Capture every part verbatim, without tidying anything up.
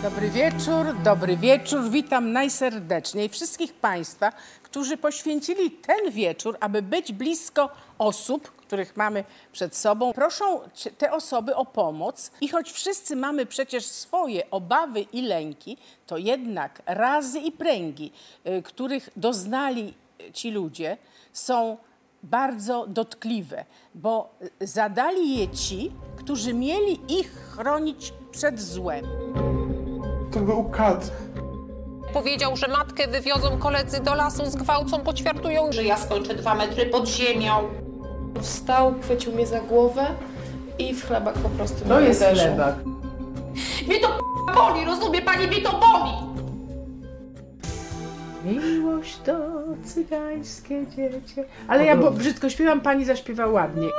Dobry wieczór, dobry wieczór. Witam najserdeczniej wszystkich Państwa, którzy poświęcili ten wieczór, aby być blisko osób, których mamy przed sobą. Proszą te osoby o pomoc i choć wszyscy mamy przecież swoje obawy i lęki, to jednak razy i pręgi, których doznali ci ludzie, są bardzo dotkliwe, bo zadali je ci, którzy mieli ich chronić przed złem. To był kat. Powiedział, że matkę wywiozą koledzy do lasu, zgwałcą, poćwiartują, że ja skończę dwa metry pod ziemią. Wstał, chwycił mnie za głowę i w chlebak po prostu To mnie jest uderzył. chlebak. Mnie to boli, rozumie pani, mnie to boli! Miłość to cygańskie dziecię. Ale ja bo brzydko śpiewam, pani zaśpiewa ładnie.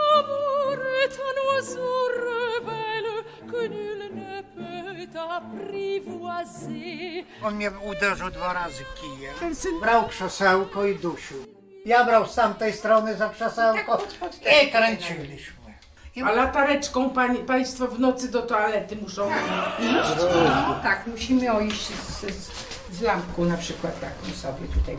On mnie uderzył dwa razy kijem. Ten syn... Brał krzesełko i dusił. Ja brał z tamtej strony za krzesełko i kręciliśmy. I... A latareczką pani, państwo w nocy do toalety muszą iść? No tak, musimy iść z, z, z lampką na przykład taką sobie tutaj.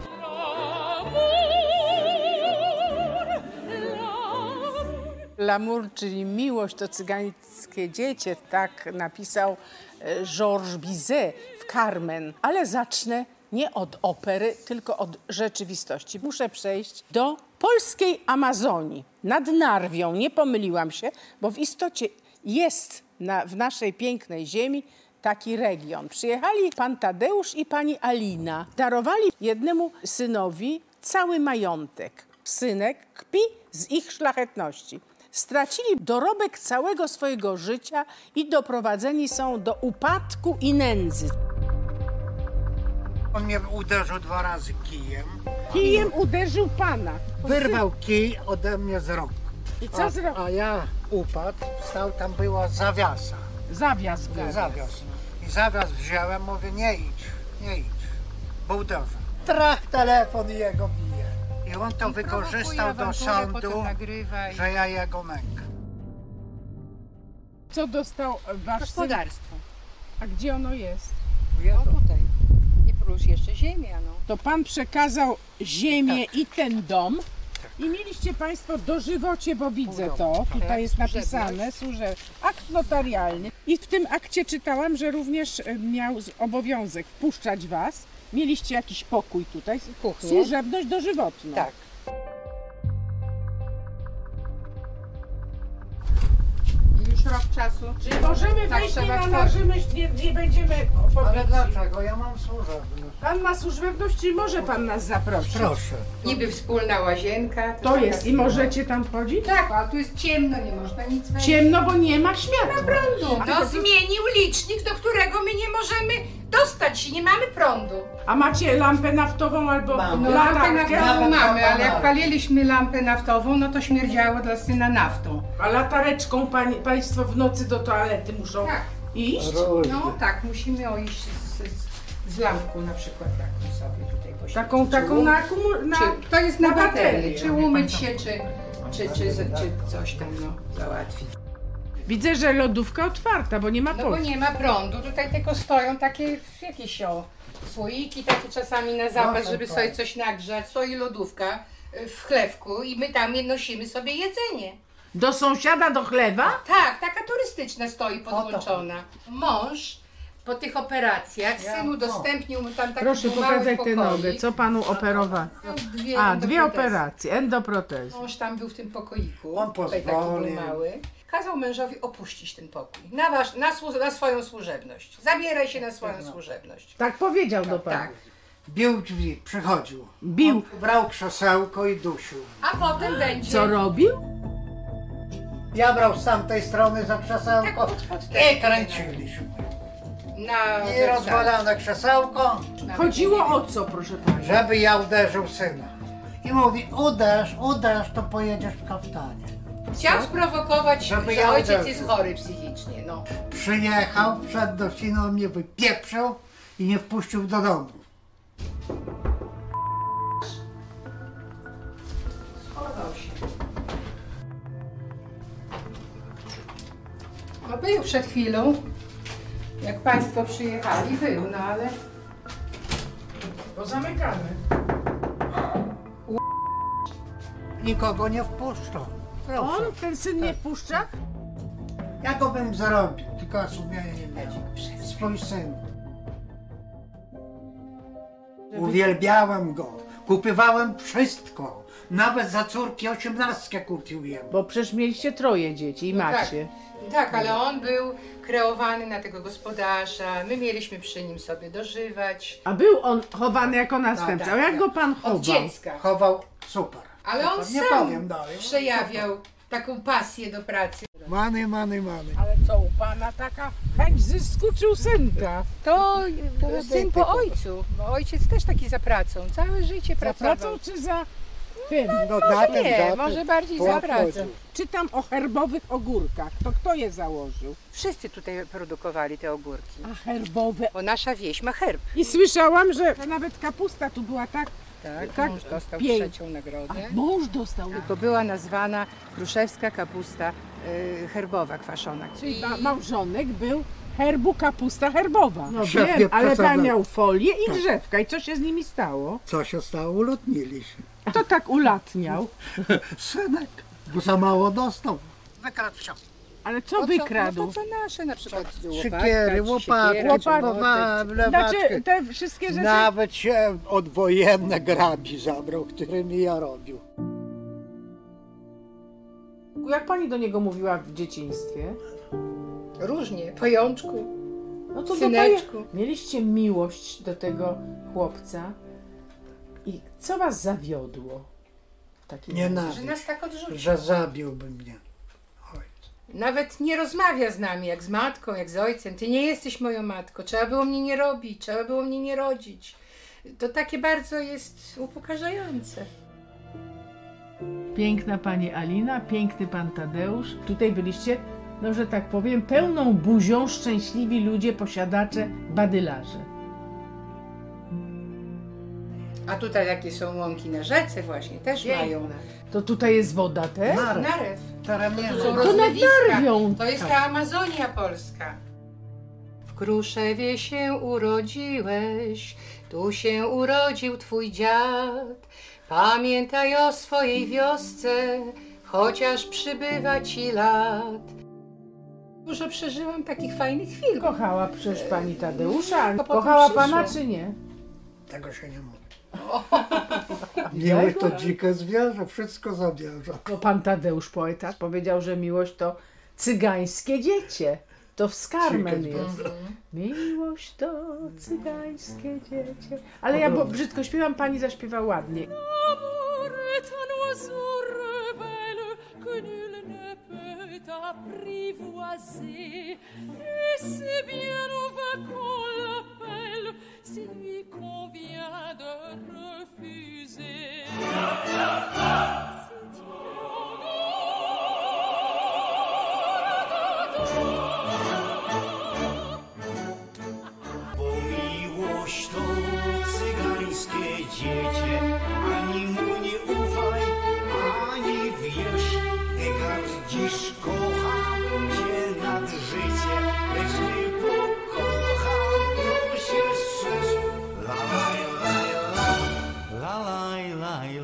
L'amour, czyli miłość to cygańskie dziecię, tak napisał Georges Bizet w Carmen. Ale zacznę nie od opery, tylko od rzeczywistości. Muszę przejść do polskiej Amazonii. Nad Narwią, nie pomyliłam się, bo w istocie jest na, w naszej pięknej ziemi taki region. Przyjechali pan Tadeusz i pani Alina. Darowali jednemu synowi cały majątek. Synek kpi z ich szlachetności. Stracili dorobek całego swojego życia i doprowadzeni są do upadku i nędzy. On mnie uderzył dwa razy kijem. Kijem uderzył pana. Wyrwał kij ode mnie z rąk. I co A, zrobił? a ja upadł, stał, tam była zawiasa. Zawias był. Zawias. I zawias wziąłem, mówię, nie idź, nie idź, bo uderzę. Trach, telefon i jego bije. I on to wykorzystał do sądu, że ja jego nękam. Co dostał wasz Gospodarstwo. syn? A gdzie ono jest? No tutaj. I plus jeszcze ziemia, no. To pan przekazał ziemię Tak. i ten dom. I mieliście państwo dożywocie, bo widzę to, tutaj Tak, jest napisane, służę, akt notarialny. I w tym akcie czytałam, że również e, miał z- obowiązek wpuszczać was. Mieliście jakiś pokój tutaj, Kuchnię. służebność dożywotną. Tak. Już rok czasu. Czyli możemy Tak, wejść nie trzeba na wchodzić. nasze myśl, nie, nie będziemy Ale opowiedzieć. dlaczego? Ja mam służebność. Pan ma służebność, czyli może pan nas zaprosić? Proszę. Niby wspólna łazienka. To jest i możecie tam wchodzić? Tak, a tu jest ciemno, nie można nic wejść. Ciemno, bo nie ma światła. Prądu. To zmienił licznik, do którego my nie możemy dostać się, nie mamy prądu. A macie lampę naftową albo Mam. No, lampę latarkę? naftową mamy, ale jak paliliśmy lampę naftową, no to śmierdziało dla syna naftą. A latareczką pań, państwo w nocy do toalety muszą Tak. iść? No tak, musimy iść z, z, z lampką na przykład taką sobie tutaj poświecić. Taką, Czy taką um- na akumul... na... Czy, to jest na, na baterię, baterię. czy umyć się, czy, czy, czy, czy coś tam no, załatwić. Widzę, że lodówka otwarta, bo nie ma No bo polski. nie ma prądu, tutaj tylko stoją takie jakieś o, słoiki takie czasami na zapas, No, żeby tak. sobie coś nagrzać. Stoi lodówka y, w chlewku i my tam nosimy sobie jedzenie. Do sąsiada do chlewa? Tak, taka turystyczna stoi podłączona. Mąż po tych operacjach Ja- synu o. udostępnił mu tam taki Proszę mały pokazać tę pokoik. nogę, co panu operowano. Miał Dwie A, dwie endoprotezy. operacje, endoprotezy. Mąż tam był w tym pokoiku, On tutaj taki był pozwolił. mały. Kazał mężowi opuścić ten pokój, na, wasz, na, słu- na swoją służebność. Zabieraj się na swoją służebność. Tak powiedział do pana. Tak. Bił drzwi, przychodził. Bił. On brał krzesełko i dusił. A potem będzie... Co robił? Ja brał z tamtej strony za krzesełko Tak, pod- pod- i kręciliśmy. Na I rozwalane krzesełko, Chodziło o co, proszę pana? żeby ja uderzył syna. I mówi, uderz, uderz, to pojedziesz w kaftanie. Chciał sprowokować, Żeby że ja ojciec uderzył. jest chory psychicznie. No. Przyjechał, wszedł do syna, on mnie wypieprzył i nie wpuścił do domu. Schował się. No był przed chwilą, Jak państwo przyjechali, był, no ale... Pozamykamy. Nikogo nie wpuszczą. Proszę. On, ten syn nie wpuszcza? Ja go bym zarobił, tylko sumienia nie miał. Swój syn. Uwielbiałem go. Kupywałem wszystko. Nawet za córki osiemnastkę kupiłem. Bo przecież mieliście troje dzieci i macie. Tak, tak, ale on był kreowany na tego gospodarza. My mieliśmy przy nim sobie dożywać. A był on chowany jako następca. tak, A jak tak. go pan chował? Od dziecka. Chował super. Ale on super. Nie sam powiem dalej. przejawiał taką pasję do pracy. Many, many, many. Ale co u pana taka chęć zysku czy u synka? To syn po ojcu, bo ojciec też taki za pracą. Całe życie Za pracował. pracą czy za tym? No, na tym, Nie, za tym. może bardziej Po za pracą. obchodzie. Czytam o herbowych ogórkach. To kto je założył? Wszyscy tutaj produkowali te ogórki. A herbowe. Bo nasza wieś ma herb. I słyszałam, że nawet kapusta tu była tak... Tak, Tak, mąż dostał pięk- trzecią nagrodę. A mąż dostał. To była nazwana kruszewska kapusta y, herbowa kwaszona. Czyli ma- małżonek był herbu kapusta herbowa. No Szef wiem, nie ale pan przesadza. miał folię i drzewka. I co się z nimi stało? Co się stało? Ulotnili się. Kto tak ulatniał? Synek, bo za mało dostał. Wykradł wszystko. Ale co To co? wykradł? No to co nasze na przykład. Siekiery, łopatki, Łopaty. lewaczki. Znaczy te wszystkie rzeczy... Nawet się odwojenne grabi zabrał, którymi ja robił. Jak pani do niego mówiła w dzieciństwie? Różnie, pojączku. No to Syneczku. do pani... Mieliście miłość do tego chłopca. I co was zawiodło? W takim Że Nienawiść, nas tak odrzucił. że zabiłby mnie. Ojciec. Nawet nie rozmawia z nami, jak z matką, jak z ojcem. Ty nie jesteś moją matką. Trzeba było mnie nie robić, trzeba było mnie nie rodzić. To takie bardzo jest upokarzające. Piękna pani Alina, piękny pan Tadeusz. Tutaj byliście, no że tak powiem, pełną buzią szczęśliwi ludzie, posiadacze, badylarze. A tutaj jakie są łąki na rzece właśnie, też mają. To tutaj jest woda też? Narew. Narew. Teraz nie To ma. są nad rozlewiska. Narwią. To jest ta Amazonia polska. W Kruszewie się urodziłeś, tu się urodził twój dziad. Pamiętaj o swojej wiosce, chociaż przybywa ci lat. Dużo przeżyłam takich fajnych chwil. Kochała przecież pani Tadeusza. To potem Kochała przyszło. pana czy nie? Tego się nie mówi. Miłość to dzikie zwierzę, wszystko zabierze. No pan Tadeusz, poeta, powiedział, że miłość to cygańskie dziecię. To w Skarmen Cygan. jest. Miłość to cygańskie dziecię. Ale ja bo brzydko śpiewam, pani zaśpiewa ładnie. L'amour est un oiseau rebelle que nul ne peut apprivoiser. Et c'est bien au vain qu'on l'appelle, s'il lui convient de refuser. Si tu Bo miłość to cygańskie dziecię, ani mu nie ufaj, ani wierz, gdy gardzisz, kocham cię nad życie, lecz gdy pokocham, to się strzeż. La laj, laj, la, la laj, laj,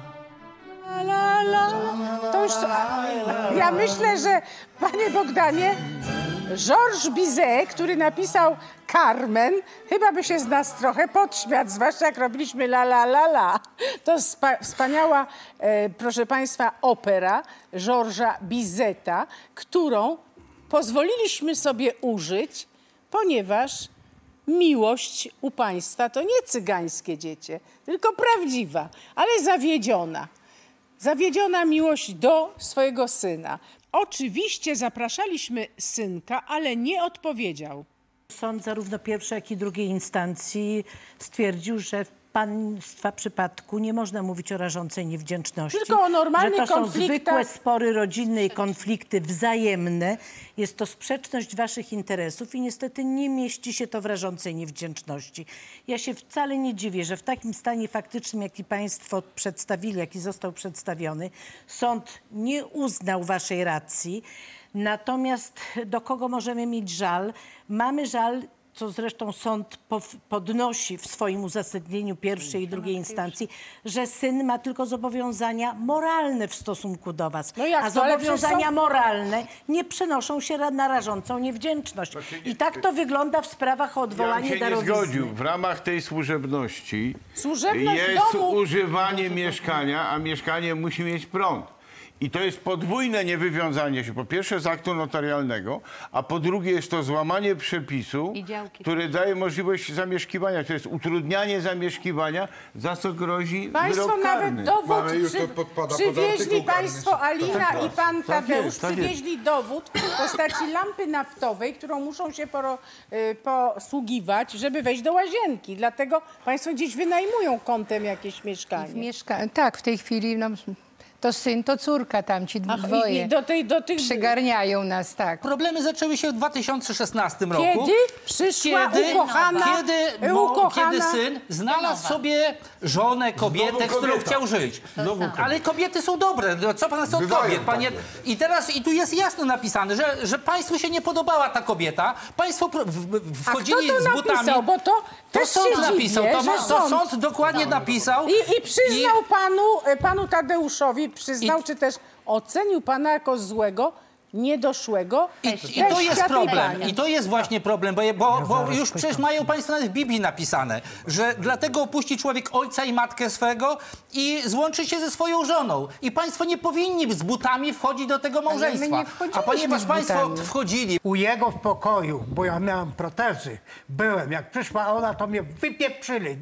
la. To już, ja myślę, że panie Bogdanie, Georges Bizet, który napisał Carmen, chyba by się z nas trochę podśmiać, zwłaszcza jak robiliśmy la la la la. To spa, wspaniała, e, proszę państwa, opera Georgesa Bizeta, którą pozwoliliśmy sobie użyć, ponieważ miłość u państwa to nie cygańskie dziecię, tylko prawdziwa, ale zawiedziona. Zawiedziona miłość do swojego syna. Oczywiście zapraszaliśmy synka, ale nie odpowiedział. Sąd zarówno pierwszej, jak i drugiej instancji stwierdził, że w państwa przypadku nie można mówić o rażącej niewdzięczności. Tylko o normalnych że to są konfliktach. zwykłe spory rodzinne i konflikty wzajemne. Jest to sprzeczność waszych interesów i niestety nie mieści się to w rażącej niewdzięczności. Ja się wcale nie dziwię, że w takim stanie faktycznym, jaki państwo przedstawili, jaki został przedstawiony, sąd nie uznał waszej racji. Natomiast do kogo możemy mieć żal? Mamy żal, co zresztą sąd podnosi w swoim uzasadnieniu pierwszej i drugiej instancji, że syn ma tylko zobowiązania moralne w stosunku do was. No jak a to? Ale zobowiązania przecież są- moralne nie przenoszą się na rażącą niewdzięczność. I tak to wygląda w sprawach o Ja odwołanie bym się nie darowizny. zgodził. W ramach tej służebności Służebność jest domu. używanie mieszkania, a mieszkanie musi mieć prąd. I to jest podwójne niewywiązanie się, po pierwsze z aktu notarialnego, a po drugie jest to złamanie przepisu, I działki. który daje możliwość zamieszkiwania. To jest utrudnianie zamieszkiwania, za co grozi Państwo wyrok nawet karny. dowód Mamy już przy, to podpada pod przywieźli artykuł karny. państwo, Alina i pan Tak Tadeusz, jest, tak jest. przywieźli dowód w postaci lampy naftowej, którą muszą się poro, y, posługiwać, żeby wejść do łazienki. Dlatego państwo gdzieś wynajmują kątem jakieś mieszkanie. Mieszka tak, w tej chwili no, to syn, to córka tam, ci Ach, dwoje. i, i do tej, do tych... Przygarniają nas, tak. Problemy zaczęły się w dwa tysiące szesnastym roku. Kiedy przyszła Kiedy, ukochana, kiedy, mo, ukochana... kiedy syn znalazł sobie żonę, kobietę, z którą kobieta. chciał żyć. Ale kobiety są dobre. No, co pan chce od Bywają kobiet? Panie... I teraz i tu jest jasno napisane, że, że państwu się nie podobała ta kobieta. Państwo pro- w, w, wchodzili A kto z to butami. napisał? Bo to, To też sąd się napisał, dziwię, to, ma, że to sąd... sąd dokładnie napisał. I, I przyznał panu, e, panu Tadeuszowi, przyznał, I- czy też ocenił pana jako złego, niedoszłego. I, też I to jest światej problem. pania. I to jest właśnie problem, bo, bo, bo już przecież mają państwo nawet w Biblii napisane, że dlatego opuści człowiek ojca i matkę swego i złączy się ze swoją żoną. I państwo nie powinni z butami wchodzić do tego małżeństwa. nie wchodziliśmy A ponieważ z państwo butami. wchodzili, U jego w pokoju, bo ja miałem protezy, byłem. Jak przyszła ona, to mnie wypieprzyli.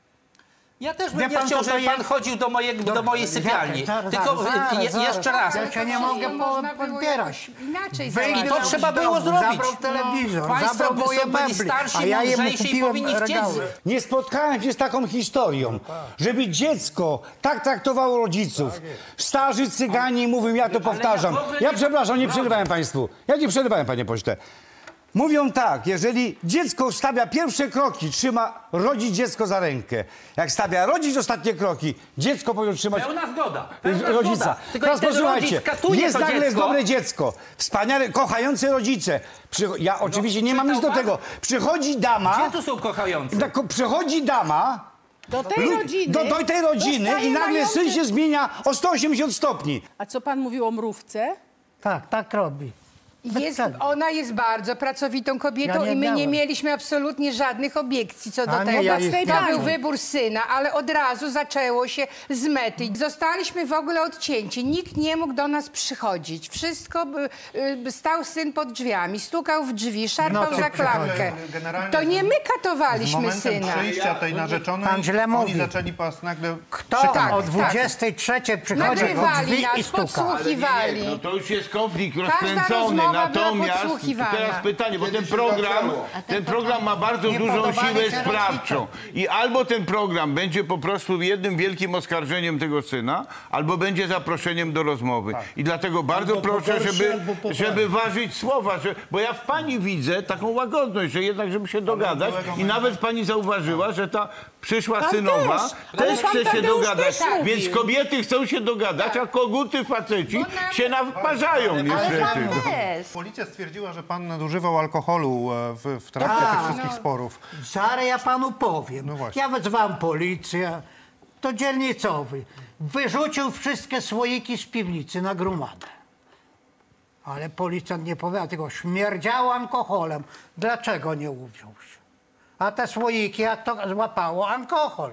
ja też Wie bym nie pan, chciał, co to żeby pan jest? chodził do, mojego, do mojej sypialni. Zaraz, Tylko zaraz, je, zaraz. jeszcze raz. Ja się nie mogę po, Można było podbierać. jakoś inaczej Wyjdę załatwić. to z trzeba domu, było zrobić. Zabrał telewizor, Państwo zabrał by moje są byli mebli, starsi, a ja jemu mądrzejsi i kupiłem powinni chcieć regały. Nie spotkałem się z taką historią, żeby dziecko tak traktowało rodziców. Starzy cygani mówią, ja to powtarzam. w ogóle Ja nie- przepraszam, nie przerywałem państwu. Ja nie przerywałem, panie pośle. Mówią tak, jeżeli dziecko stawia pierwsze kroki, trzyma rodzic dziecko za rękę. Jak stawia rodzic ostatnie kroki, dziecko powinno trzymać Pełna zgoda. Pełna rodzica. zgoda. Tylko Teraz jak ten posłuchajcie, rodzic katuje jest to nagle dziecko, dobre dziecko, wspaniale, kochające rodzice. Przycho- ja oczywiście nie mam nic do czytał pan? tego. Przychodzi dama, Gdzie tu są kochający? na- ko- przychodzi dama, Do tej Lud- rodziny... Do, do tej rodziny dostaje i nagle majątek. syn się zmienia o sto osiemdziesiąt stopni. A co pan mówił o mrówce? Tak, tak robi. Jest, ona jest bardzo pracowitą kobietą Ja nie i my nie miałem. mieliśmy absolutnie żadnych obiekcji co do A nie, tego. ja To ich tej miałem. był wybór syna, ale od razu zaczęło się z mety. Zostaliśmy w ogóle odcięci. Nikt nie mógł do nas przychodzić. Wszystko, by, y, stał syn pod drzwiami, stukał w drzwi, szarpał No to za klamkę. przychodzi. Generalnie To nie my Z katowaliśmy momentem syna. przyjścia tej narzeczonej Pan źle oni mówi. zaczęli pas nagle Kto szykanować. o dwudziestej trzeciej przychodzi do Nagrywali drzwi nas, i stuka? podsłuchiwali. No to już jest konflikt Każda rozkręcony. rozmowa była Natomiast podsłuchiwana. teraz pytanie, bo ten Kiedyś się program, zaczęło. ten program ma bardzo Nie dużą podobali siłę się sprawczą. I albo ten program będzie po prostu jednym wielkim oskarżeniem tego syna, albo będzie zaproszeniem do rozmowy. I dlatego bardzo Albo proszę, pogorszy, żeby, albo poprawi. żeby ważyć słowa, że, bo ja w pani widzę taką łagodność, że jednak, żeby się dogadać. I nawet pani zauważyła, że ta przyszła Pan synowa też. też, Ale pan chce się Tadeusz dogadać. też mówił. Więc kobiety chcą się dogadać, a koguty faceci się naparzają niestety. Policja stwierdziła, że pan nadużywał alkoholu e, w, w trakcie Tak. tych wszystkich sporów. Zaraz ja panu powiem. No właśnie. Ja wezwałem policję, to dzielnicowy. Wyrzucił wszystkie słoiki z piwnicy na grumadę. Ale policjant nie powiedział, tylko śmierdziało alkoholem. Dlaczego nie uwziął się? A te słoiki, jak to złapało? Alkohol.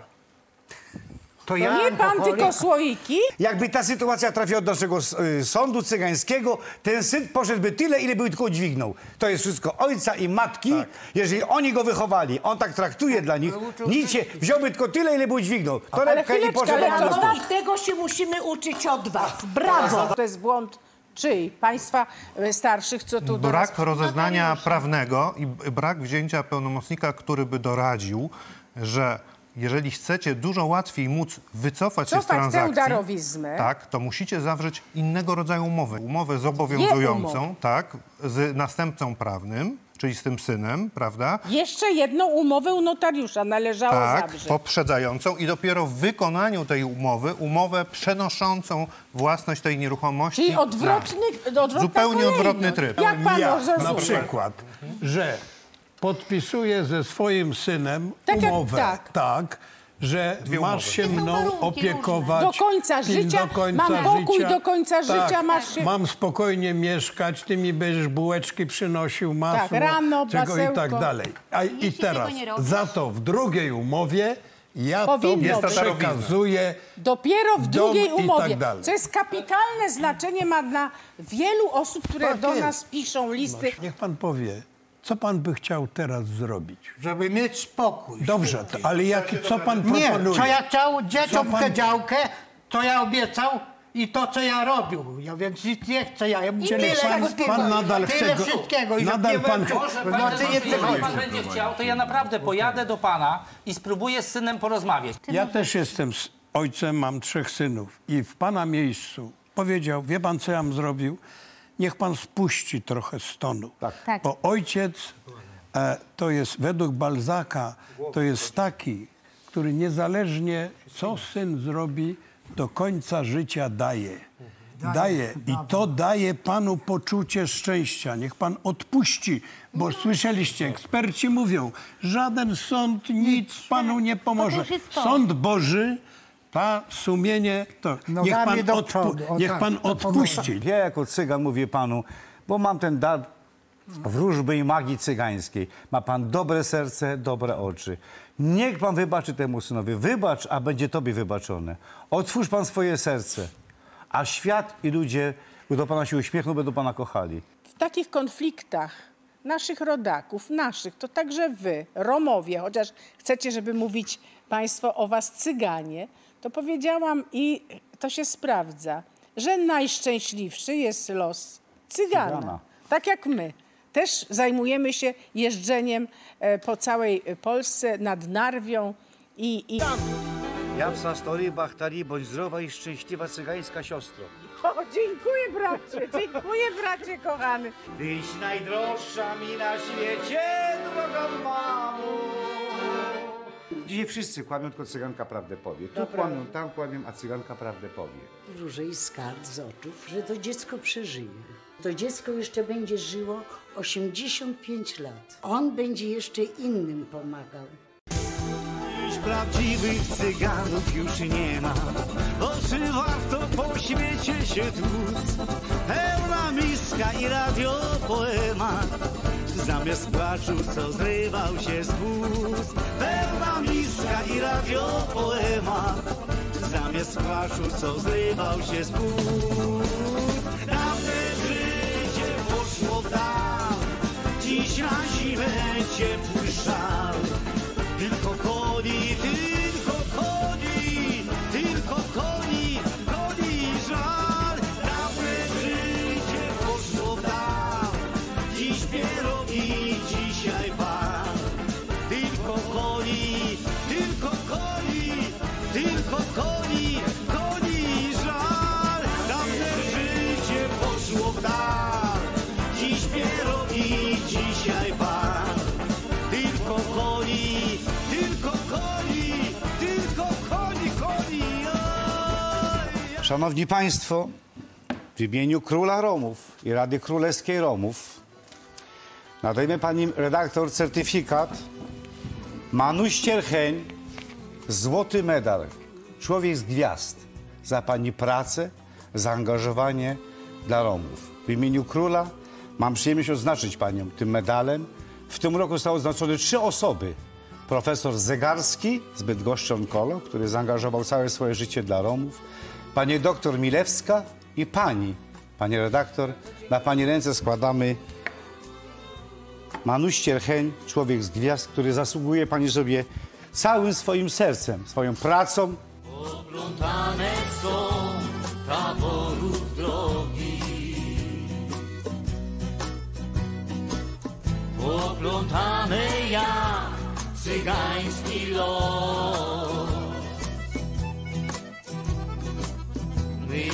To To ja nie pan, alkoholik- tylko słoiki. Jakby ta sytuacja trafiła do naszego y, sądu cygańskiego, ten syn poszedłby tyle, ile by tylko dźwignął. To jest wszystko ojca i matki. Jeżeli oni go wychowali, on tak traktuje dla nich, nic się, wziąłby tylko tyle, ile by dźwignął. Torebkę i chwileczkę, poszedł ale na to miasto. tak- I tego się musimy uczyć od was. Brawo! To jest błąd czyj? Państwa e, starszych, co tu do nas... Brak rozeznania prawnego i b- brak wzięcia pełnomocnika, który by doradził, że jeżeli chcecie dużo łatwiej móc wycofać się z Cofać tę transakcji, darowiznę. tak, to musicie zawrzeć innego rodzaju umowę. Umowę zobowiązującą, umowę. tak, z następcą prawnym czyli z tym synem, prawda? Jeszcze jedną umowę u notariusza należało Tak, zawrzeć. poprzedzającą i dopiero w wykonaniu tej umowy, umowę przenoszącą własność tej nieruchomości. Czyli odwrotny, odwrotna Zupełnie kolejność. odwrotny tryb. Jak pan Ja może na zrozumieć? przykład, że podpisuję ze swoim synem Tak jak- umowę, tak. tak, że Dwie masz umowy. się To są mną warunki opiekować. różne. Do końca pil- życia, do końca mam pokój życia. do końca życia, tak, masz się- Mam spokojnie mieszkać, ty mi będziesz bułeczki przynosił, masło, Tak, rano, czego i tak masełko. dalej. A, I teraz tego nie robisz. za to w drugiej umowie ja Powinno tobie być. przekazuję Dopiero w dom drugiej i umowie, tak dalej. co jest kapitalne znaczenie ma dla wielu osób, które Tak do jest. nas piszą listy. Niech pan powie, co pan by chciał teraz zrobić? Żeby mieć spokój. Dobrze, to, ale jak, co pan Nie, proponuje? co ja chciał dzieciom Co pan- tę działkę, to ja obiecał i to, co ja robił. Ja więc nic nie chcę, ja mu Czyli tyle pan- wszystkiego, pan nadal tyle chce go- wszystkiego. I nadal że nie pan- będzie- Może w pan, nocy nie jeżeli przychodzi. pan będzie chciał, to ja naprawdę pojadę do pana i spróbuję z synem porozmawiać. Ja też jestem s- ojcem, mam trzech synów i w pana miejscu powiedział, wie pan, co ja bym zrobił? Niech pan spuści trochę stonu. Tak. Bo ojciec e, to jest, według Balzaka, to jest taki, który niezależnie co syn zrobi, do końca życia daje. Daje. I to daje panu poczucie szczęścia. Niech pan odpuści, bo słyszeliście, eksperci mówią, żaden sąd nic panu nie pomoże. już jest to. Sąd Boży, ta sumienie, to niech Nogami pan, do odpu- przodu, o niech tak, pan to odpuści. Ja jako cygan mówię panu, bo mam ten dar wróżby i magii cygańskiej. Ma pan dobre serce, dobre oczy. Niech pan wybaczy temu synowi. Wybacz, a będzie tobie wybaczone. Otwórz pan swoje serce, a świat i ludzie do pana się uśmiechną, będą pana kochali. W takich konfliktach naszych rodaków, naszych, to także wy, Romowie, chociaż chcecie, żeby mówić państwo o was Cyganie, to powiedziałam i to się sprawdza, że najszczęśliwszy jest los Cygana. Cygana. Tak jak my. Też zajmujemy się jeżdżeniem e, po całej Polsce nad Narwią i... i... Ja w Sastorii, Bachtari, bądź zdrowa i szczęśliwa cygańska siostro. O, dziękuję bracie, dziękuję bracie kochany. Tyś najdroższa mi na świecie, droga mamo. Dzisiaj wszyscy kłamią, tylko cyganka prawdę powie. Tu kłamią, tam kłamią, a cyganka prawdę powie. Wróżę i z kart, z oczów, że to dziecko przeżyje. To dziecko jeszcze będzie żyło osiemdziesiąt pięć lat. On będzie jeszcze innym pomagał. Dziś prawdziwych cyganów już nie ma, bo czy warto po świecie się tłuc? Pełna miska i radiopoemat, zamiast płaczu, co zrywał się z ust. Pełna miska i radiopoemat, zamiast płaczu, co zrywał się z ust. Dawne życie poszło w dal, dziś na zimę ciepły szal. Tylko koni, tylko koni, tylko koni, koni żal. Dawne życie poszło w dal, dziś pierogi, dzisiaj pan. Tylko koni, tylko koni, tylko koni, koni żal. Dawne życie poszło w dal, dziś pierogi, dzisiaj pan. Tylko koni, tylko koni, tylko koni, koni. Oj. Szanowni Państwo, w imieniu Króla Romów i Rady Królewskiej Romów nadajemy pani redaktor certyfikat Manuś Ciercheń, złoty medal, człowiek z gwiazd, za pani pracę, zaangażowanie dla Romów. W imieniu Króla mam przyjemność odznaczyć panią tym medalem. W tym roku zostały odznaczone trzy osoby. Profesor Zegarski z Bydgoszczy onkolog, który zaangażował całe swoje życie dla Romów. Pani doktor Milewska i pani, pani redaktor. Na pani ręce składamy Manuś Ciercheń, człowiek z gwiazd, który zasługuje pani sobie całym swoim sercem, swoją pracą. Oplątane są taborów drogi, oplątane jak cygański los. My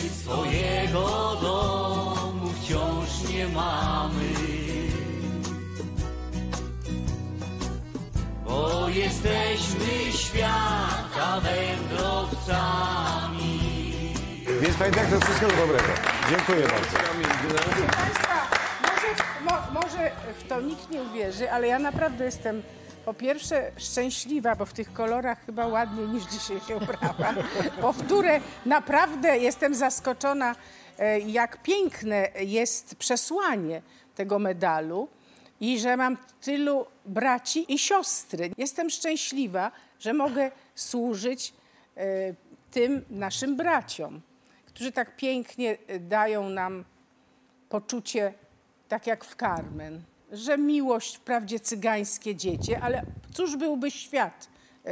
swojego domu wciąż nie mamy, chłopcami. Więc panie dyrektor, wszystkiego dobrego. Dziękuję bardzo. Proszę Państwa, może w, mo, może w to nikt nie uwierzy, ale ja naprawdę jestem po pierwsze szczęśliwa, bo w tych kolorach chyba ładniej niż dzisiaj się ubrałam. Powtórę, naprawdę jestem zaskoczona, jak piękne jest przesłanie tego medalu i że mam tylu braci i siostry. Jestem szczęśliwa, że mogę służyć tym naszym braciom, którzy tak pięknie dają nam poczucie, tak jak w Carmen, że miłość wprawdzie cygańskie dziecię, ale cóż byłby świat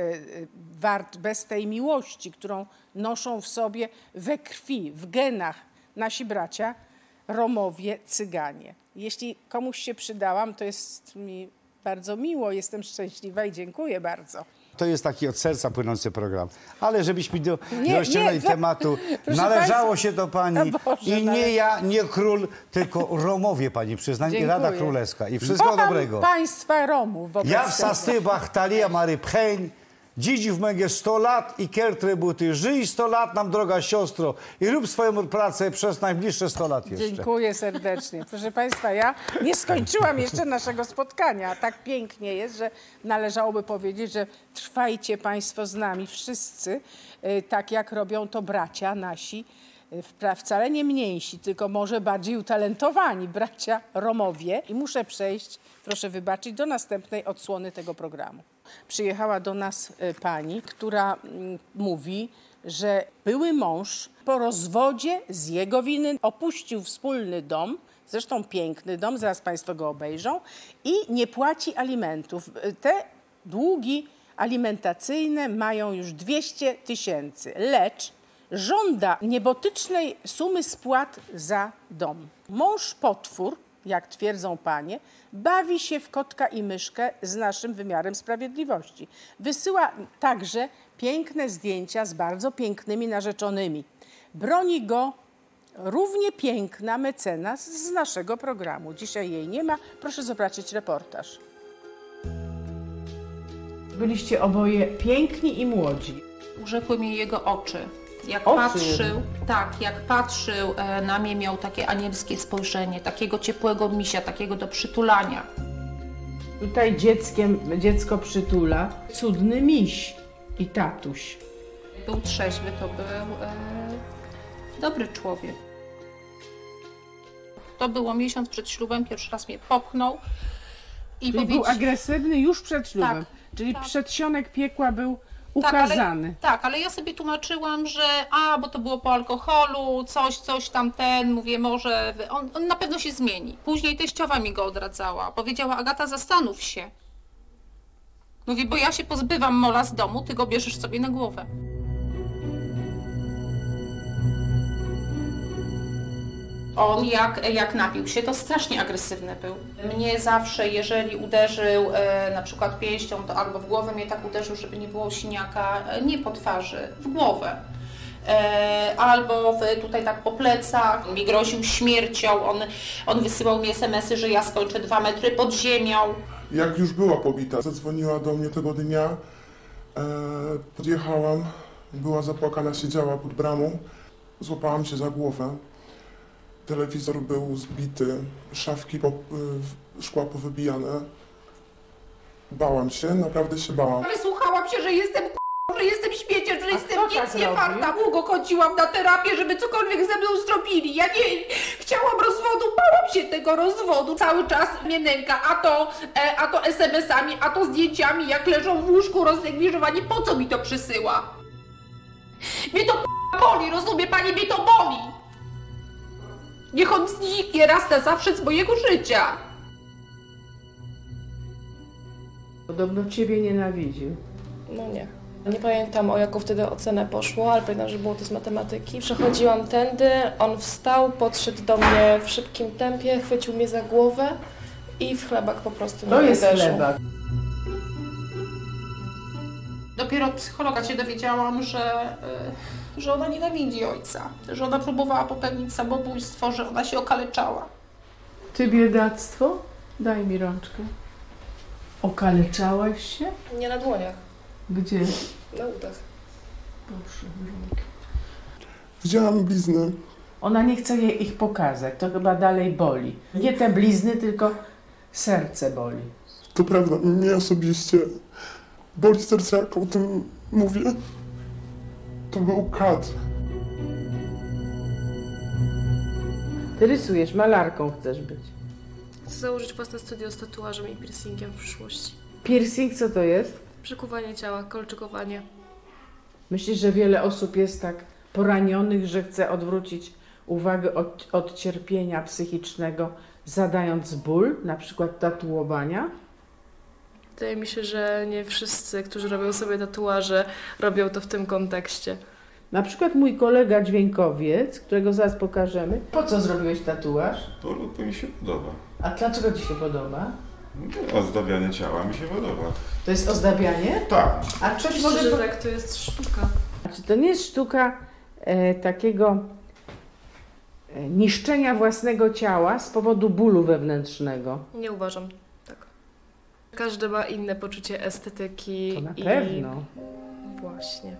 wart bez tej miłości, którą noszą w sobie we krwi, w genach nasi bracia Romowie, Cyganie. Jeśli komuś się przydałam, to jest mi bardzo miło, jestem szczęśliwa i dziękuję bardzo. To jest taki od serca płynący program. Ale żebyśmy do, Nie, do ściany nie, tematu, proszę należało państwa. się do pani No Boże, i no nie ale- ja, nie król, tylko Romowie pani przyznań i Rada Dziękuję. Królewska. I wszystkiego Kocham dobrego. państwa Romów wobec Ja w tego. sastybach talia Mary Pcheń, dzidzi w męgie sto lat i kiertry buty. Żyj sto lat nam, droga siostro, i rób swoją pracę przez najbliższe sto lat jeszcze. Dziękuję serdecznie. Proszę Państwa, ja nie skończyłam jeszcze naszego spotkania. Tak pięknie jest, że należałoby powiedzieć, że trwajcie Państwo z nami wszyscy, y, tak jak robią to bracia nasi, y, wpra- wcale nie mniejsi, tylko może bardziej utalentowani bracia Romowie. I muszę przejść, proszę wybaczyć, do następnej odsłony tego programu. Przyjechała do nas y, pani, która mm, mówi, że były mąż po rozwodzie z jego winy opuścił wspólny dom, zresztą piękny dom, zaraz Państwo go obejrzą, i nie płaci alimentów. Te długi alimentacyjne mają już dwieście tysięcy, lecz żąda niebotycznej sumy spłat za dom. Mąż potwór, jak twierdzą panie, bawi się w kotka i myszkę z naszym wymiarem sprawiedliwości. Wysyła także piękne zdjęcia z bardzo pięknymi narzeczonymi. Broni go równie piękna mecenas z naszego programu. Dzisiaj jej nie ma. Proszę zobaczyć reportaż. Byliście oboje piękni i młodzi. Urzekły mnie jego oczy. Jak Oczy patrzył, tak, jak patrzył e, na mnie, miał takie anielskie spojrzenie, takiego ciepłego misia, takiego do przytulania. Tutaj dzieckiem, dziecko przytula cudny miś i tatuś. Był trzeźwy, to był e, dobry człowiek. To było miesiąc przed ślubem, pierwszy raz mnie popchnął i Czyli powiedział... był agresywny już przed ślubem. Tak, Czyli tak. przedsionek piekła był Tak ale, ukazany. tak, ale ja sobie tłumaczyłam, że a, bo to było po alkoholu, coś, coś tam ten, mówię, może on, on na pewno się zmieni. Później teściowa mi go odradzała. Powiedziała, Agata, zastanów się. Mówię, bo ja się pozbywam mola z domu, ty go bierzesz sobie na głowę. On jak, jak napił się, to strasznie agresywny był. Mnie zawsze, jeżeli uderzył e, na przykład pięścią, to albo w głowę mnie tak uderzył, żeby nie było siniaka, e, nie po twarzy, w głowę. E, albo w, tutaj tak po plecach, on mi groził śmiercią, on, on wysyłał mi es em esy, że ja skończę dwa metry pod ziemią. Jak już była pobita, zadzwoniła do mnie tego dnia, e, podjechałam, była zapłakana, siedziała pod bramą, złapałam się za głowę. Telewizor był zbity, szafki, po, y, szkła powybijane. Bałam się, naprawdę się bałam. Wysłuchałam się, że jestem k***, że jestem śmieciem, że jestem kto nic tak nie robił? warta. Długo chodziłam na terapię, żeby cokolwiek ze mną zrobili. Ja nie chciałam rozwodu, bałam się tego rozwodu. Cały czas mnie nęka, a to, e, a to es em esami, a to zdjęciami, jak leżą w łóżku roznegliżowani. Po co mi to przysyła? Mnie to k***a boli, rozumie pani, mnie to boli. Niech on zniknie raz na zawsze z mojego życia. Podobno ciebie nienawidził. No nie. Nie pamiętam, o jaką wtedy ocenę poszło, ale pamiętam, że było to z matematyki. Przechodziłam tędy, on wstał, podszedł do mnie w szybkim tempie, chwycił mnie za głowę i w chlebak po prostu mnie To jest uderzył. chlebak. Dopiero od psychologa się dowiedziałam, że, y, że ona nienawidzi ojca, że ona próbowała popełnić samobójstwo, że ona się okaleczała. Ty biedactwo? Daj mi rączkę. Okaleczałeś się? Nie na dłoniach, Gdzie? na udach. Widziałam blizny. Ona nie chce jej ich pokazać, to chyba dalej boli. Nie te blizny, tylko serce boli. To prawda, mnie osobiście boli serce, jak o tym mówię. To był kat. Ty rysujesz, malarką chcesz być. Chcę założyć własne studio z tatuażem i piercingiem w przyszłości. Piercing co to jest? Przekuwanie ciała, kolczykowanie. Myślisz, że wiele osób jest tak poranionych, że chce odwrócić uwagę od, od cierpienia psychicznego, zadając ból, na przykład tatuowania? Wydaje mi się, że nie wszyscy, którzy robią sobie tatuaże, robią to w tym kontekście. Na przykład mój kolega dźwiękowiec, którego zaraz pokażemy. Po co zrobiłeś tatuaż? To, to mi się podoba. A dlaczego ci się podoba? Ozdabianie ciała mi się podoba. To jest ozdabianie? Tak. A coś Myślę, może... że tak, to jest sztuka. A czy to nie jest sztuka e, takiego e, niszczenia własnego ciała z powodu bólu wewnętrznego? Nie uważam tak. Każdy ma inne poczucie estetyki. To na i... pewno. Właśnie.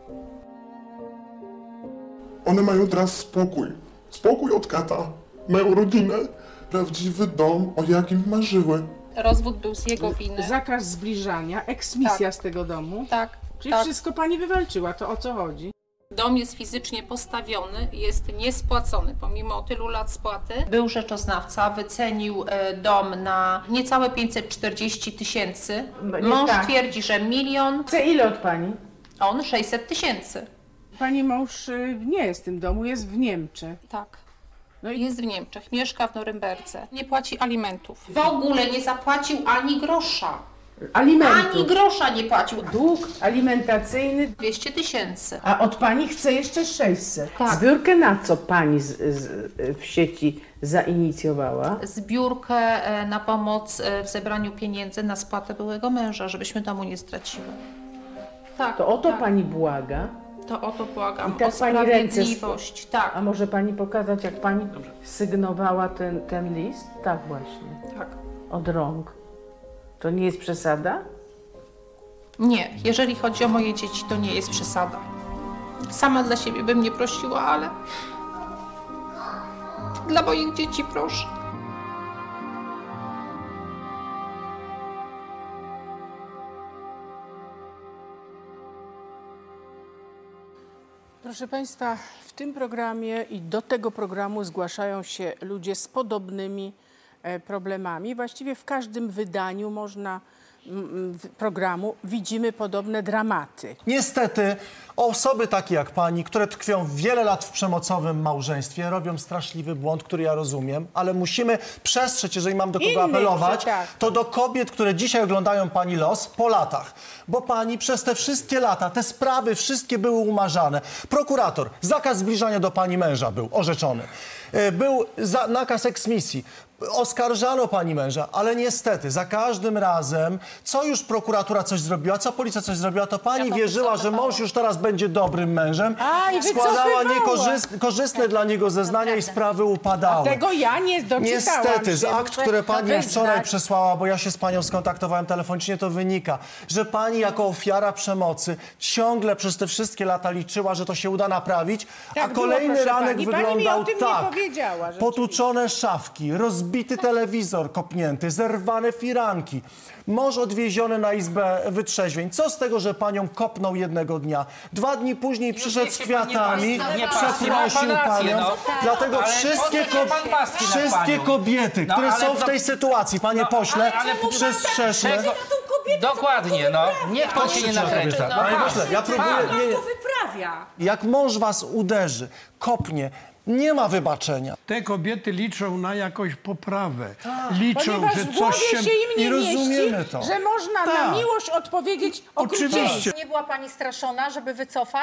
One mają teraz spokój. Spokój od kata. Mają rodzinę. Prawdziwy dom, o jakim marzyły. Rozwód był z jego winy. Zakaz zbliżania, eksmisja Tak. z tego domu. Tak. Czyli tak. wszystko pani wywalczyła, to o co chodzi? Dom jest fizycznie postawiony, jest niespłacony pomimo tylu lat spłaty. Był rzeczoznawca, wycenił e, dom na niecałe pięćset czterdzieści tysięcy. Nie Mąż tak. twierdzi, że milion. Chce ile od pani? On sześćset tysięcy. Pani mąż y, nie jest w tym domu, jest w Niemczech. Tak. No i Jest w Niemczech, mieszka w Norymberdze. Nie płaci alimentów. W ogóle nie zapłacił ani grosza. alimentów. Ani grosza nie płacił. Dług alimentacyjny. dwieście tysięcy. A od pani chce jeszcze sześćset. Tak. Zbiórkę na co pani z, z, w sieci zainicjowała? Zbiórkę e, na pomoc e, w zebraniu pieniędzy na spłatę byłego męża, żebyśmy domu nie straciły. Tak. To o to tak. pani błaga? To o to błagam. I tak o pani ręce sprawiedliwość. Tak. A może pani pokazać, jak pani sygnowała ten, ten list? Tak właśnie. Tak. Od rąk. To nie jest przesada? Nie, jeżeli chodzi o moje dzieci, to nie jest przesada. Sama dla siebie bym nie prosiła, ale dla moich dzieci proszę. Proszę Państwa, w tym programie i do tego programu zgłaszają się ludzie z podobnymi e, problemami. Właściwie w każdym wydaniu można m, programu widzimy podobne dramaty. Niestety osoby takie jak pani, które tkwią wiele lat w przemocowym małżeństwie, robią straszliwy błąd, który ja rozumiem, ale musimy przestrzec, jeżeli mam do kogo Innych, apelować, że tak. to do kobiet, które dzisiaj oglądają pani los po latach. Bo pani przez te wszystkie lata, te sprawy wszystkie były umarzane. Prokurator, zakaz zbliżania do pani męża był orzeczony. Był za, nakaz eksmisji. Oskarżano pani męża, ale niestety za każdym razem, co już prokuratura coś zrobiła, co policja coś zrobiła, to pani Ja wierzyła, że mąż już teraz będzie dobrym mężem. A, i składała wycofywała. niekorzystne, korzystne dla niego zeznania i sprawy upadały. A tego ja nie doczytałam Niestety, z się, akt, muszę które to pani wyznać. wczoraj przesłała, bo ja się z panią skontaktowałem telefonicznie, to wynika, że pani jako ofiara przemocy ciągle przez te wszystkie lata liczyła, że to się uda naprawić, Tak a było, kolejny proszę ranek pani. Pani mi wyglądał o tym nie tak. powiedziała, rzeczywiście. Potłuczone szafki, rozbity telewizor kopnięty, zerwane firanki. Mąż odwieziony na izbę wytrzeźwień. Co z tego, że panią kopnął jednego dnia? Dwa dni później przyszedł z kwiatami, przeprosił panią. no. Dlatego Ale wszystkie, po co się pan pastwi nad wszystkie panią? kobiety, No, które ale są w to- tej sytuacji, panie No, pośle, ale- ale- przystrzeżmy. Czego? Dokładnie, no. Niech pan się nie nakręca. No, panie pośle, ja próbuję... Pan. Nie, nie. wyprawia. Jak mąż was uderzy, kopnie, nie ma wybaczenia. Te kobiety liczą na jakąś poprawę. Liczą, Ponieważ że w coś głowie się... się im nie I rozumiemy mieści, to. że można na Tak. miłość odpowiedzieć okrucieństwem. Oczywiście. Nie była pani straszona, żeby wycofać?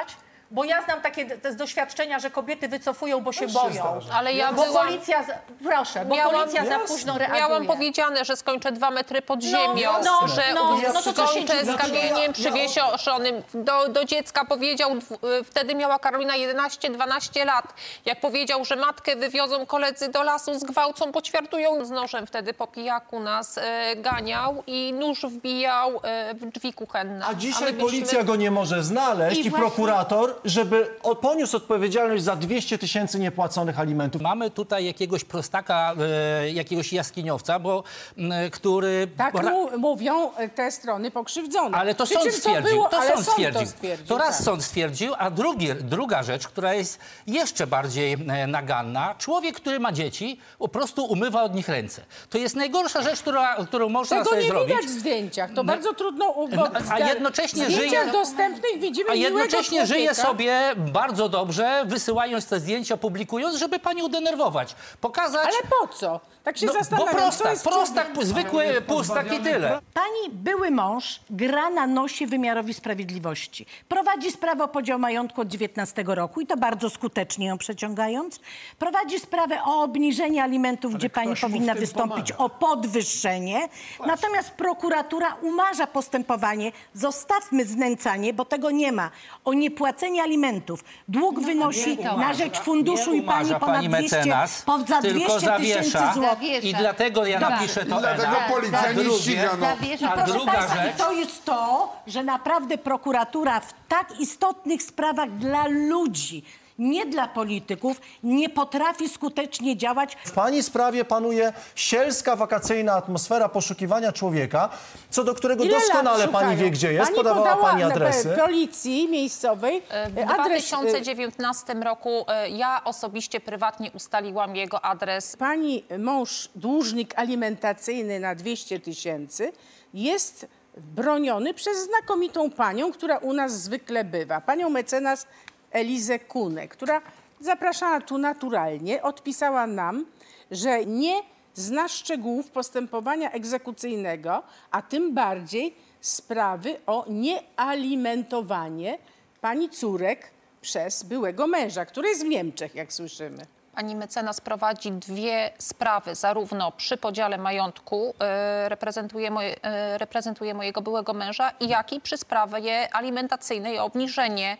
Bo ja znam takie te z doświadczenia, że kobiety wycofują, bo się Też się boją. zdarza. Ale ja bo byłam- policja, za- proszę, bo Miałam- policja za Jasne. późno reaguje. Miałam powiedziane, że skończę dwa metry pod ziemią, no, że no, no, no to to się skończę dziwi. z kamieniem przywieszonym. Do, do dziecka powiedział, dw- wtedy miała Karolina jedenaście dwanaście lat, jak powiedział, że matkę wywiozą koledzy do lasu, zgwałcą, poćwiartują. Z nożem wtedy po pijaku nas e, ganiał i nóż wbijał e, w drzwi kuchenne. A dzisiaj my byśmy- policja go nie może znaleźć I i, właśnie- prokurator, żeby o- poniósł odpowiedzialność za dwieście tysięcy niepłaconych alimentów. Mamy tutaj jakiegoś prostaka, e, jakiegoś jaskiniowca, bo, m, który... Tak ra- mu, mówią e, te strony pokrzywdzone. Ale to Przy sąd czym stwierdził. było, to ale sąd sąd stwierdził. To, stwierdził, To raz tak. sąd stwierdził, a drugi, druga rzecz, która jest jeszcze bardziej e, naganna. Człowiek, który ma dzieci, po prostu umywa od nich ręce. To jest najgorsza rzecz, która, którą można Tego sobie nie zrobić. widać w zdjęciach. To No, bardzo trudno... u- no, bo a w jednocześnie w zdjęciach żyje- dostępnych widzimy A miłego jednocześnie żyje człowieka. sobie bardzo dobrze, wysyłając te zdjęcia, publikując, żeby panią denerwować. Pokazać... Ale po co? Tak się No, bo zastanawiam, co prostak, jest prostak, człowiek- zwykły pustak i tyle. Pani były mąż gra na nosie wymiarowi sprawiedliwości. Prowadzi sprawę o podział majątku od dziewiętnastego roku i to bardzo skutecznie ją przeciągając. Prowadzi sprawę o obniżenie alimentów, gdzie pani ktoś mu w powinna tym wystąpić pomaga. o podwyższenie. Natomiast prokuratura umarza postępowanie. Zostawmy znęcanie, bo tego nie ma. O niepłacenie alimentów. Dług wynosi nie na umarza. rzecz funduszu Nie i pani umarza ponad pani dwieście, mecenas, poza tylko dwieście tysięcy zawiesza. złotych. I dlatego ja Dobrze. napiszę to I dlatego Ela. policja A nie drugie- ściga, no. I A proszę druga państwa, rzecz... i to jest to, że naprawdę prokuratura w tak istotnych sprawach dla ludzi, nie dla polityków, nie potrafi skutecznie działać. W pani sprawie panuje sielska, wakacyjna atmosfera poszukiwania człowieka, co do którego Ile doskonale lat pani szukają? wie, gdzie jest, Pani podawała podała pani na- adresy. policji miejscowej W e, adres... dwa e, tysiące dziewiętnastym roku e, ja osobiście, prywatnie ustaliłam jego adres. Pani mąż, dłużnik alimentacyjny na dwieście tysięcy jest broniony przez znakomitą panią, która u nas zwykle bywa. Panią mecenas Elizę Kunę, która zapraszana tu naturalnie odpisała nam, że nie zna szczegółów postępowania egzekucyjnego, a tym bardziej sprawy o niealimentowanie pani córek przez byłego męża, który jest w Niemczech, jak słyszymy. Pani mecenas prowadzi dwie sprawy, zarówno przy podziale majątku, e, reprezentuje, moje, e, reprezentuje mojego byłego męża, jak i przy sprawie alimentacyjnej o obniżenie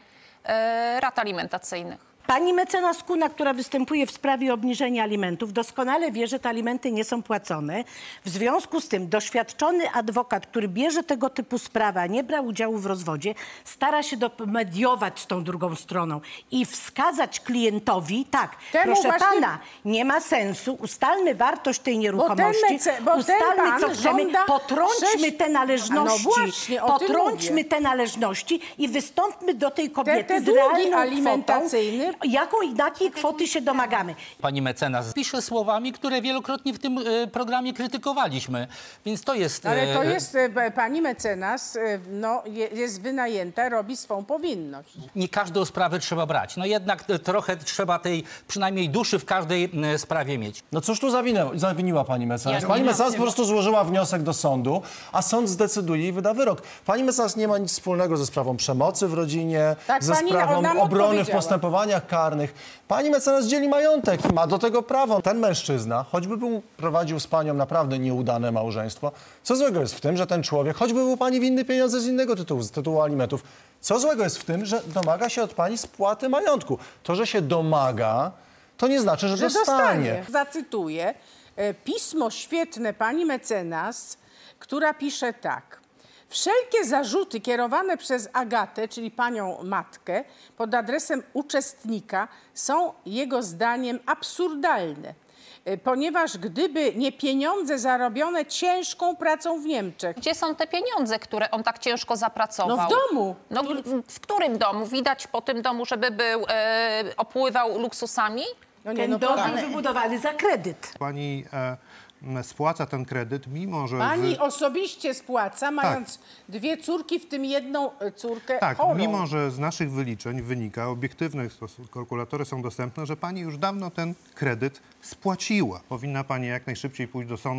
e, rat alimentacyjnych. Pani mecenas Kuna, która występuje w sprawie obniżenia alimentów, doskonale wie, że te alimenty nie są płacone. W związku z tym doświadczony adwokat, który bierze tego typu sprawę, a nie brał udziału w rozwodzie, stara się mediować z tą drugą stroną i wskazać klientowi, tak, Temu proszę właśnie- pana, nie ma sensu, ustalmy wartość tej nieruchomości, mece- bo ten ustalmy, pan co chcemy, żąda potrąćmy sześć- te należności, A no właśnie, o tym potrąćmy mówię. te należności i wystąpmy do tej kobiety te z długi realną alimentacyjne. kwotą, jaką i takiej kwoty się domagamy. Pani mecenas pisze słowami, które wielokrotnie w tym e, programie krytykowaliśmy. Więc to jest... Ale to e, jest, e, pani mecenas, e, no, je- jest wynajęta, robi swą powinność. Nie każdą sprawę trzeba brać. No jednak e, trochę trzeba tej przynajmniej duszy w każdej e, sprawie mieć. No cóż tu zawinęło, zawiniła pani mecenas? Ja Pani nie mecenas wiem. po prostu złożyła wniosek do sądu, a sąd zdecyduje i wyda wyrok. Pani mecenas nie ma nic wspólnego ze sprawą przemocy w rodzinie, Tak, ze pani sprawą nam obrony w odpowiedziała. postępowaniach karnych. Pani mecenas dzieli majątek i ma do tego prawo. Ten mężczyzna, choćby był, prowadził z panią naprawdę nieudane małżeństwo, co złego jest w tym, że ten człowiek, choćby był pani winny pieniądze z innego tytułu, z tytułu alimentów, co złego jest w tym, że domaga się od pani spłaty majątku? To, że się domaga, to nie znaczy, że, Że dostanie. dostanie. Zacytuję e, pismo świetne pani mecenas, która pisze tak. Wszelkie zarzuty kierowane przez Agatę, czyli panią matkę, pod adresem uczestnika są jego zdaniem absurdalne, e, ponieważ gdyby nie pieniądze zarobione ciężką pracą w Niemczech. Gdzie są te pieniądze, które on tak ciężko zapracował? No w domu. No, w, w którym domu? Widać po tym domu, żeby był, e, opływał luksusami? No Ten dom był wybudowany za kredyt. Pani e, m, spłaca ten kredyt, mimo że... Pani wy- osobiście spłaca, mając dwie córki, w tym jedną e, córkę Tak, chorą. mimo że z naszych wyliczeń wynika, obiektywne stos- kalkulatory są dostępne, że pani już dawno ten kredyt spłaciła. Powinna pani jak najszybciej pójść do sądu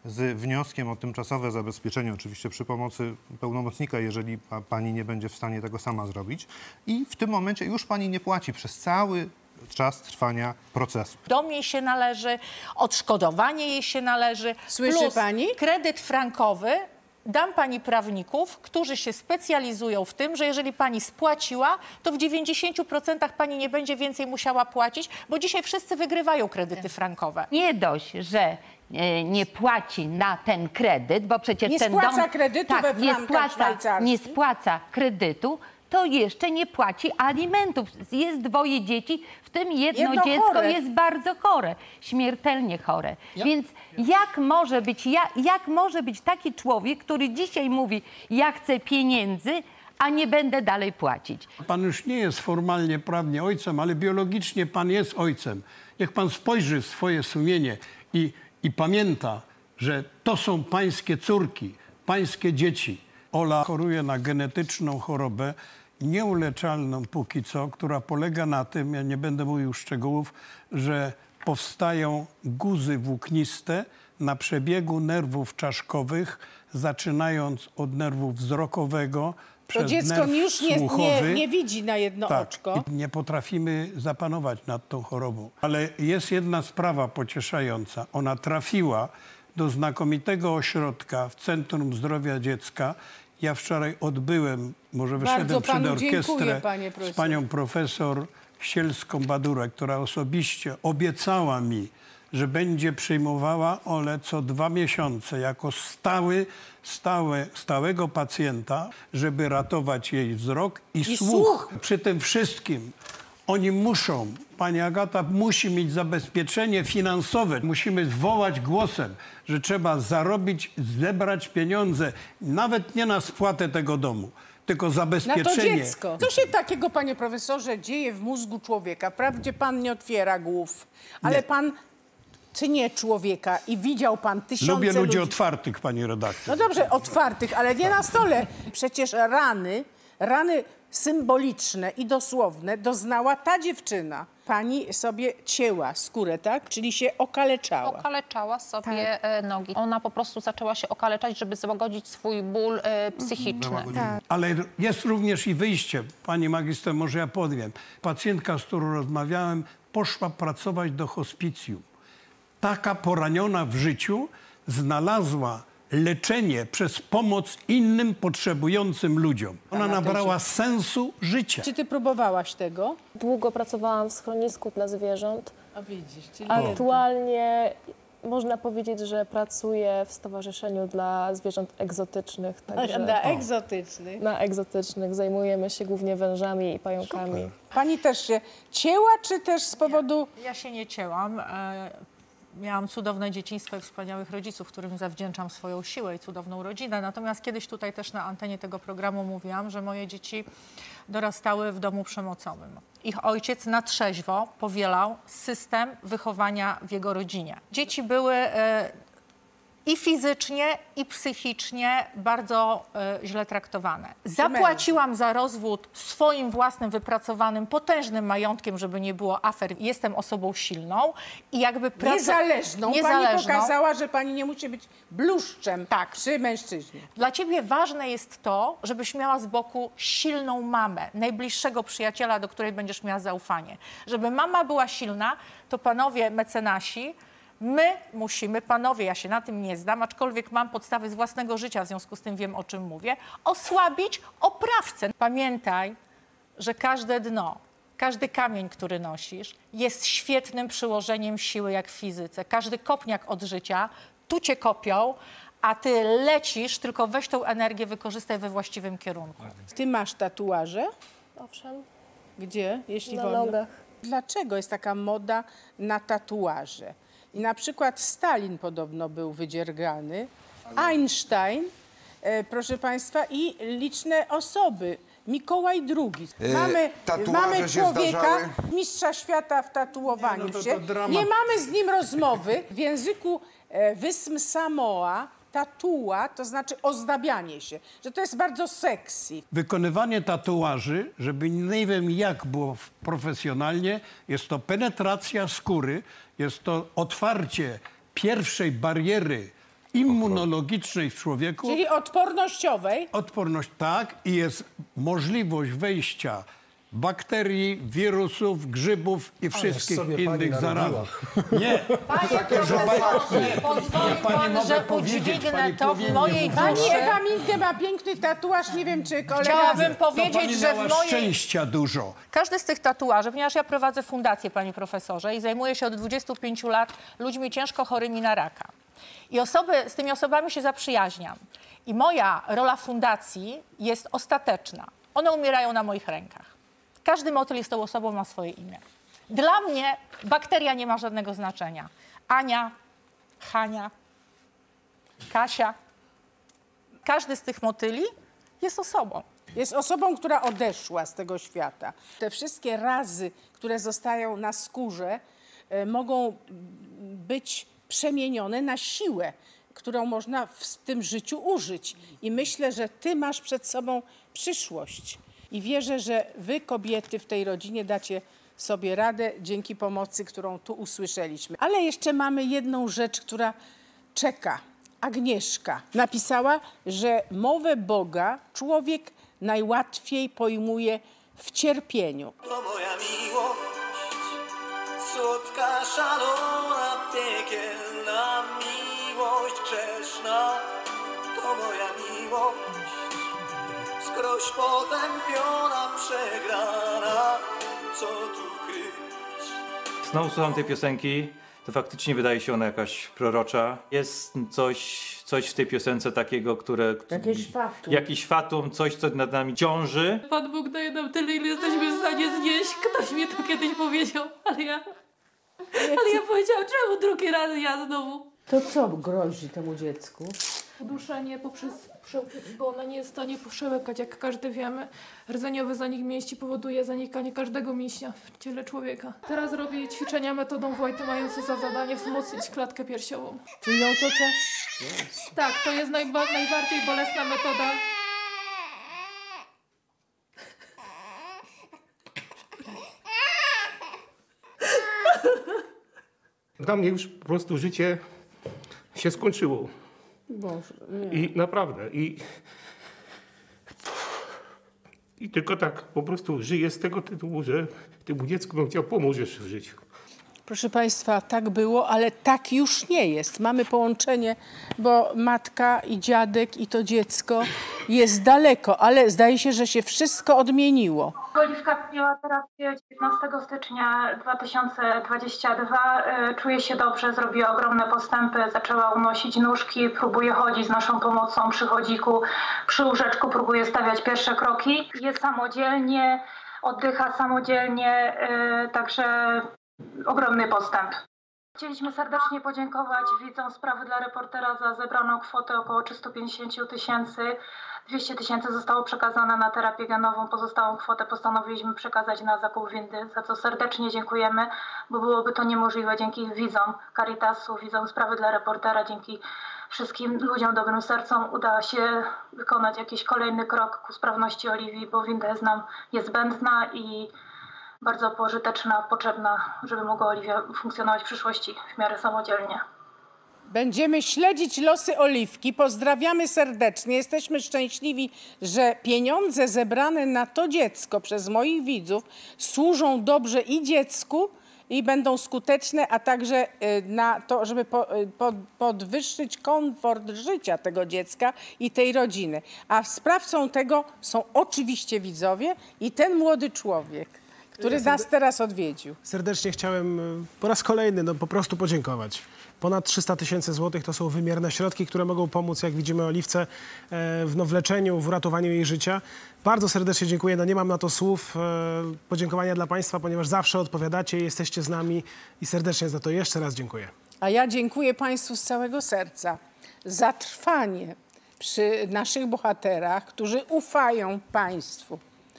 z wnioskiem o tymczasowe zabezpieczenie, oczywiście przy pomocy pełnomocnika, jeżeli pani nie będzie w stanie tego sama zrobić. I w tym momencie już pani nie płaci przez cały czas trwania procesu. Dom jej się należy, odszkodowanie jej się należy. Słyszy plus pani? Kredyt frankowy. Dam pani prawników, którzy się specjalizują w tym, że jeżeli pani spłaciła, to w dziewięćdziesięciu procentach pani nie będzie więcej musiała płacić, bo dzisiaj wszyscy wygrywają kredyty frankowe. Nie dość, że e, nie płaci na ten kredyt, bo przecież Nie ten spłaca dom... kredytu tak, we nie frankach spłaca, szwajcarskich. nie spłaca kredytu, to jeszcze nie płaci alimentów. Jest dwoje dzieci, w tym jedno, Jedno dziecko chore. jest bardzo chore, śmiertelnie chore. Ja- Więc jak może być, ja, jak może być taki człowiek, który dzisiaj mówi, ja chcę pieniędzy, a nie będę dalej płacić? Pan już nie jest formalnie, prawnie ojcem, ale biologicznie pan jest ojcem. Niech pan spojrzy w swoje sumienie i, i pamięta, że to są pańskie córki, pańskie dzieci. Ola choruje na genetyczną chorobę, nieuleczalną póki co, która polega na tym, ja nie będę mówił szczegółów, że powstają guzy włókniste na przebiegu nerwów czaszkowych, zaczynając od nerwu wzrokowego, To przez dziecko nerw już nie, słuchowy. nie, nie widzi na jedno Tak, oczko. i nie potrafimy zapanować nad tą chorobą. Ale jest jedna sprawa pocieszająca. Ona trafiła do znakomitego ośrodka w Centrum Zdrowia Dziecka. Ja wczoraj odbyłem, może wyszedłem Bardzo przed panu orkiestrę dziękuję, panie z profesorze. panią profesor Sielską-Badurek, która osobiście obiecała mi, że będzie przyjmowała Olę co dwa miesiące jako stały, stałe, stałego pacjenta, żeby ratować jej wzrok i, I słuch. słuch. Przy tym wszystkim oni muszą, pani Agata musi mieć zabezpieczenie finansowe. Musimy wołać głosem, że trzeba zarobić, zebrać pieniądze, nawet nie na spłatę tego domu, tylko Na zabezpieczenie. to dziecko. Co się takiego, panie profesorze, dzieje w mózgu człowieka? Wprawdzie pan nie otwiera głów, ale Nie. pan tnie człowieka i widział pan tysiące Lubię ludzi ludzi. otwartych, pani redaktor. No dobrze, otwartych, ale nie na stole. Przecież rany, rany symboliczne i dosłowne doznała ta dziewczyna. Pani sobie cięła skórę, tak? Czyli się okaleczała. Okaleczała sobie e, nogi. Ona po prostu zaczęła się okaleczać, żeby złagodzić swój ból e, psychiczny. Ale jest również i wyjście. Pani magister, może ja powiem. Pacjentka, z którą rozmawiałem, poszła pracować do hospicjum. Taka poraniona w życiu znalazła leczenie przez pomoc innym potrzebującym ludziom. Ona nabrała sensu życia. Czy ty próbowałaś tego? Długo pracowałam w schronisku dla zwierząt. A widzisz, czyli Aktualnie można powiedzieć, że pracuję w Stowarzyszeniu dla Zwierząt Egzotycznych. Także Na egzotycznych. na egzotycznych. Zajmujemy się głównie wężami i pająkami. Pani też się cięła, czy też z powodu... Ja się nie cięłam. E, miałam cudowne dzieciństwo i wspaniałych rodziców, którym zawdzięczam swoją siłę i cudowną rodzinę. Natomiast kiedyś tutaj też na antenie tego programu mówiłam, że moje dzieci dorastały w domu przemocowym. Ich ojciec na trzeźwo powielał system wychowania w jego rodzinie. Dzieci były e, i fizycznie, i psychicznie bardzo e, źle traktowane. Zapłaciłam za rozwód swoim własnym, wypracowanym, potężnym majątkiem, żeby nie było afer. Jestem osobą silną i jakby... praca- Niezależną. Pani Niezależną. pokazała, że pani nie musi być bluszczem tak. przy mężczyźnie. Dla ciebie ważne jest to, żebyś miała z boku silną mamę, najbliższego przyjaciela, do której będziesz miała zaufanie. Żeby mama była silna, to panowie mecenasi, my musimy, panowie, ja się na tym nie znam, aczkolwiek mam podstawy z własnego życia, w związku z tym wiem, o czym mówię, osłabić oprawcę. Pamiętaj, że każde dno, każdy kamień, który nosisz, jest świetnym przyłożeniem siły jak w fizyce. Każdy kopniak od życia, tu cię kopią, a ty lecisz, tylko weź tą energię, wykorzystaj we właściwym kierunku. Ty masz tatuaże? Owszem. Gdzie, jeśli Na wolno? nogach. Dlaczego jest taka moda na tatuaże? I na przykład Stalin podobno był wydziergany, Einstein, e, proszę państwa, i liczne osoby. Mikołaj drugi. E, Mamy, tatuaże mamy się człowieka, zdarzały? mistrza świata w tatuowaniu Nie, no to- się. to dramat. Nie mamy z nim rozmowy. W języku e, wysp Samoa tatua to znaczy ozdabianie się, że to jest bardzo sexy. Wykonywanie tatuaży, żeby nie wiem jak było w- profesjonalnie, jest to penetracja skóry, jest to otwarcie pierwszej bariery immunologicznej w człowieku. Czyli odpornościowej? Odporność, tak. I jest możliwość wejścia bakterii, wirusów, grzybów i wszystkich innych zarazów. Nie. Panie profesorze, pozwoli pan, że udźwignę to w mojej Pani duszy. Ewa Mintke ma piękny tatuaż, nie wiem czy kolega... Chciałabym To powiedzieć, pani że miała w mojej... szczęścia dużo. Każdy z tych tatuaży, ponieważ ja prowadzę fundację, panie profesorze, i zajmuję się od dwudziestu pięciu lat ludźmi ciężko chorymi na raka. I osoby, z tymi osobami się zaprzyjaźniam. I moja rola w fundacji jest ostateczna. One umierają na moich rękach. Każdy motyl jest tą osobą, ma swoje imię. Dla mnie bakteria nie ma żadnego znaczenia. Ania, Hania, Kasia. Każdy z tych motyli jest osobą. Jest osobą, która odeszła z tego świata. Te wszystkie razy, które zostają na skórze, e, mogą być przemienione na siłę, którą można w tym życiu użyć. I myślę, że ty masz przed sobą przyszłość. I wierzę, że wy, kobiety w tej rodzinie, dacie sobie radę dzięki pomocy, którą tu usłyszeliśmy. Ale jeszcze mamy jedną rzecz, która czeka. Agnieszka napisała, że mowę Boga człowiek najłatwiej pojmuje w cierpieniu. To moja miłość, słodka, szalona, piekielna miłość grzeszna. To moja miłość, skroś potępiona, przegrana, co tu kryć? Znowu słucham tej piosenki, to faktycznie wydaje się ona jakaś prorocza. Jest coś, coś w tej piosence takiego, które... Jakieś fatum. Jakiś fatum, coś, co nad nami ciąży. Pan Bóg daje nam tyle, ile jesteśmy w stanie znieść. Ktoś mi to kiedyś powiedział, ale ja... Ale ja powiedziałam, czemu drugi raz ja znowu? To co grozi temu dziecku? Uduszenie poprzez, bo ona nie jest w stanie przełykać, jak każdy wiemy. Rdzeniowy zanik mięśni powoduje zanikanie każdego mięśnia w ciele człowieka. Teraz robię ćwiczenia metodą Wojty, mające za zadanie wzmocnić klatkę piersiową. Czyli ją to co? Tak, to jest najba najbardziej bolesna metoda. Dla mnie już po prostu życie się skończyło. Boże, nie. I naprawdę. I, I tylko tak po prostu żyję z tego tytułu, że temu dziecku bym chciał pomóc jeszcze w życiu. Proszę Państwa, tak było, ale tak już nie jest. Mamy połączenie, bo matka i dziadek i to dziecko jest daleko, ale zdaje się, że się wszystko odmieniło. Oliwka miała terapię dziewiętnastego stycznia dwa tysiące dwudziestego drugiego. Czuje się dobrze, zrobiła ogromne postępy, zaczęła unosić nóżki, próbuje chodzić z naszą pomocą przy chodziku, przy łóżeczku próbuje stawiać pierwsze kroki. Jest samodzielnie, oddycha samodzielnie, także ogromny postęp. Chcieliśmy serdecznie podziękować widzom Sprawy dla Reportera za zebraną kwotę około trzysta pięćdziesiąt tysięcy. dwieście tysięcy zostało przekazane na terapię genową, pozostałą kwotę postanowiliśmy przekazać na zakup windy, za co serdecznie dziękujemy, bo byłoby to niemożliwe dzięki widzom Caritasu, widzom Sprawy dla Reportera, dzięki wszystkim ludziom dobrym sercom uda się wykonać jakiś kolejny krok ku sprawności Oliwii, bo winda jest nam niezbędna i bardzo pożyteczna, potrzebna, żeby mogła Oliwia funkcjonować w przyszłości w miarę samodzielnie. Będziemy śledzić losy Oliwki. Pozdrawiamy serdecznie. Jesteśmy szczęśliwi, że pieniądze zebrane na to dziecko przez moich widzów służą dobrze i dziecku, i będą skuteczne, a także na to, żeby podwyższyć komfort życia tego dziecka i tej rodziny. A sprawcą tego są oczywiście widzowie i ten młody człowiek, który Ja nas teraz odwiedził. Serdecznie chciałem po raz kolejny no, po prostu podziękować. Ponad trzysta tysięcy złotych to są wymierne środki, które mogą pomóc, jak widzimy, Oliwce w, no, w leczeniu, w ratowaniu jej życia. Bardzo serdecznie dziękuję. No, nie mam na to słów. Podziękowania dla Państwa, ponieważ zawsze odpowiadacie, jesteście z nami i serdecznie za to jeszcze raz dziękuję. A ja dziękuję Państwu z całego serca za trwanie przy naszych bohaterach, którzy ufają Państwu.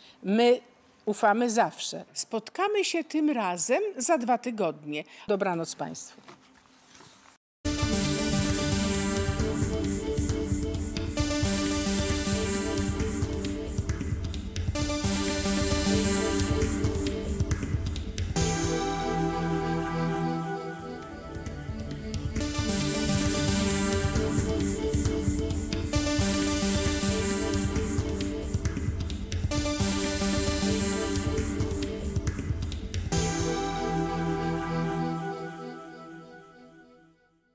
My ufamy zawsze. Spotkamy się tym razem za dwa tygodnie. Dobranoc Państwu.